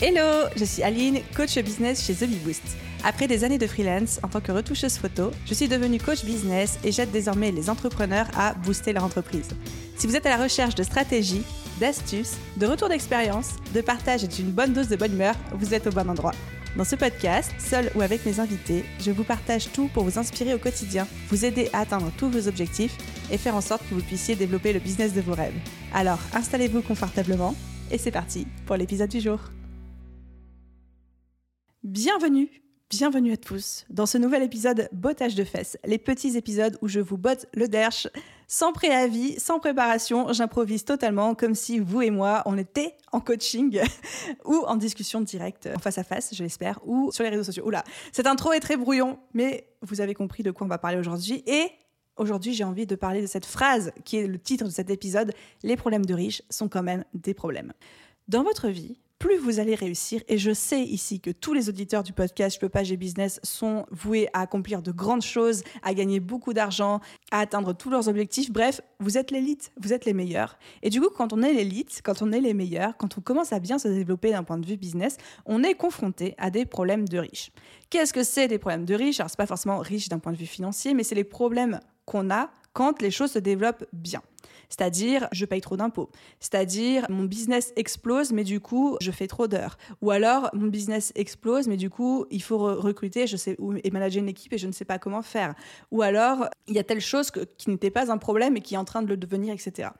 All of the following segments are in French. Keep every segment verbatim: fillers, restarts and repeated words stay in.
Hello, je suis Aline, coach business chez The Bee Boost. Après des années de freelance en tant que retoucheuse photo, je suis devenue coach business et j'aide désormais les entrepreneurs à booster leur entreprise. Si vous êtes à la recherche de stratégies, d'astuces, de retours d'expérience, de partage et d'une bonne dose de bonne humeur, vous êtes au bon endroit. Dans ce podcast, seul ou avec mes invités, je vous partage tout pour vous inspirer au quotidien, vous aider à atteindre tous vos objectifs et faire en sorte que vous puissiez développer le business de vos rêves. Alors, installez-vous confortablement et c'est parti pour l'épisode du jour. Bienvenue, bienvenue à tous dans ce nouvel épisode bottage de fesses, les petits épisodes où je vous botte le derche sans préavis, sans préparation, j'improvise totalement comme si vous et moi, on était en coaching ou en discussion directe, en face à face, je l'espère, ou sur les réseaux sociaux. Oula, cette intro est très brouillon, mais vous avez compris de quoi on va parler aujourd'hui. Et aujourd'hui, j'ai envie de parler de cette phrase qui est le titre de cet épisode, « Les problèmes de riches sont quand même des problèmes ». Dans votre vie, plus vous allez réussir, et je sais ici que tous les auditeurs du podcast Je peux pas, j'ai business sont voués à accomplir de grandes choses, à gagner beaucoup d'argent, à atteindre tous leurs objectifs. Bref, vous êtes l'élite, vous êtes les meilleurs. Et du coup, quand on est l'élite, quand on est les meilleurs, quand on commence à bien se développer d'un point de vue business, on est confronté à des problèmes de riches. Qu'est-ce que c'est des problèmes de riches ? Alors, c'est pas forcément riche d'un point de vue financier, mais c'est les problèmes qu'on a quand les choses se développent bien. C'est-à-dire, je paye trop d'impôts. C'est-à-dire, mon business explose, mais du coup, je fais trop d'heures. Ou alors, mon business explose, mais du coup, il faut re- recruter je sais, ou, et manager une équipe et je ne sais pas comment faire. Ou alors, il y a telle chose que, qui n'était pas un problème et qui est en train de le devenir, et cetera.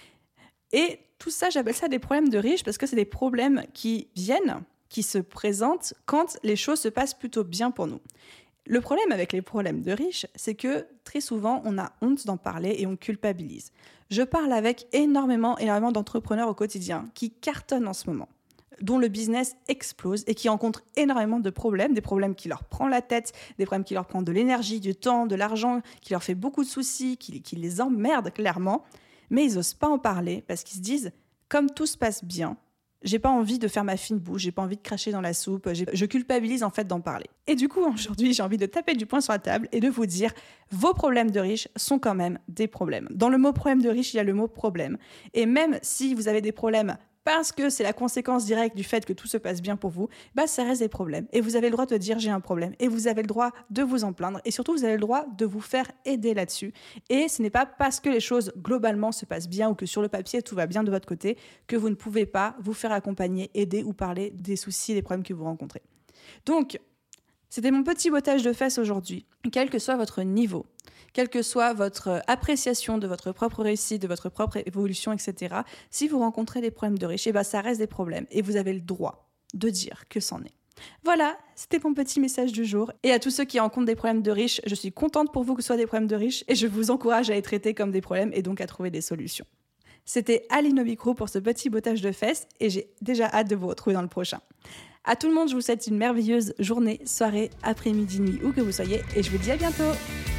Et tout ça, j'appelle ça des problèmes de riches parce que c'est des problèmes qui viennent, qui se présentent quand les choses se passent plutôt bien pour nous. Le problème avec les problèmes de riches, c'est que très souvent, on a honte d'en parler et on culpabilise. Je parle avec énormément, énormément d'entrepreneurs au quotidien qui cartonnent en ce moment, dont le business explose et qui rencontrent énormément de problèmes, des problèmes qui leur prennent la tête, des problèmes qui leur prennent de l'énergie, du temps, de l'argent, qui leur fait beaucoup de soucis, qui, qui les emmerdent clairement, mais ils n'osent pas en parler parce qu'ils se disent « comme tout se passe bien », j'ai pas envie de faire ma fine bouche, j'ai pas envie de cracher dans la soupe, je culpabilise en fait d'en parler. Et du coup, aujourd'hui, j'ai envie de taper du poing sur la table et de vous dire, vos problèmes de riches sont quand même des problèmes. Dans le mot problème de riche, il y a le mot problème. Et même si vous avez des problèmes parce que c'est la conséquence directe du fait que tout se passe bien pour vous, bah ça reste des problèmes. Et vous avez le droit de dire j'ai un problème. Et vous avez le droit de vous en plaindre. Et surtout, vous avez le droit de vous faire aider là-dessus. Et ce n'est pas parce que les choses globalement se passent bien ou que sur le papier tout va bien de votre côté que vous ne pouvez pas vous faire accompagner, aider ou parler des soucis, des problèmes que vous rencontrez. Donc, c'était mon petit bottage de fesses aujourd'hui. Quel que soit votre niveau, quelle que soit votre appréciation de votre propre réussite, de votre propre évolution, et cetera, si vous rencontrez des problèmes de riches, eh ben ça reste des problèmes et vous avez le droit de dire que c'en est. Voilà, c'était mon petit message du jour. Et à tous ceux qui rencontrent des problèmes de riches, je suis contente pour vous que ce soit des problèmes de riches et je vous encourage à les traiter comme des problèmes et donc à trouver des solutions. C'était Aline au micro pour ce petit bottage de fesses et j'ai déjà hâte de vous retrouver dans le prochain. À tout le monde, je vous souhaite une merveilleuse journée, soirée, après-midi, nuit, où que vous soyez et je vous dis à bientôt.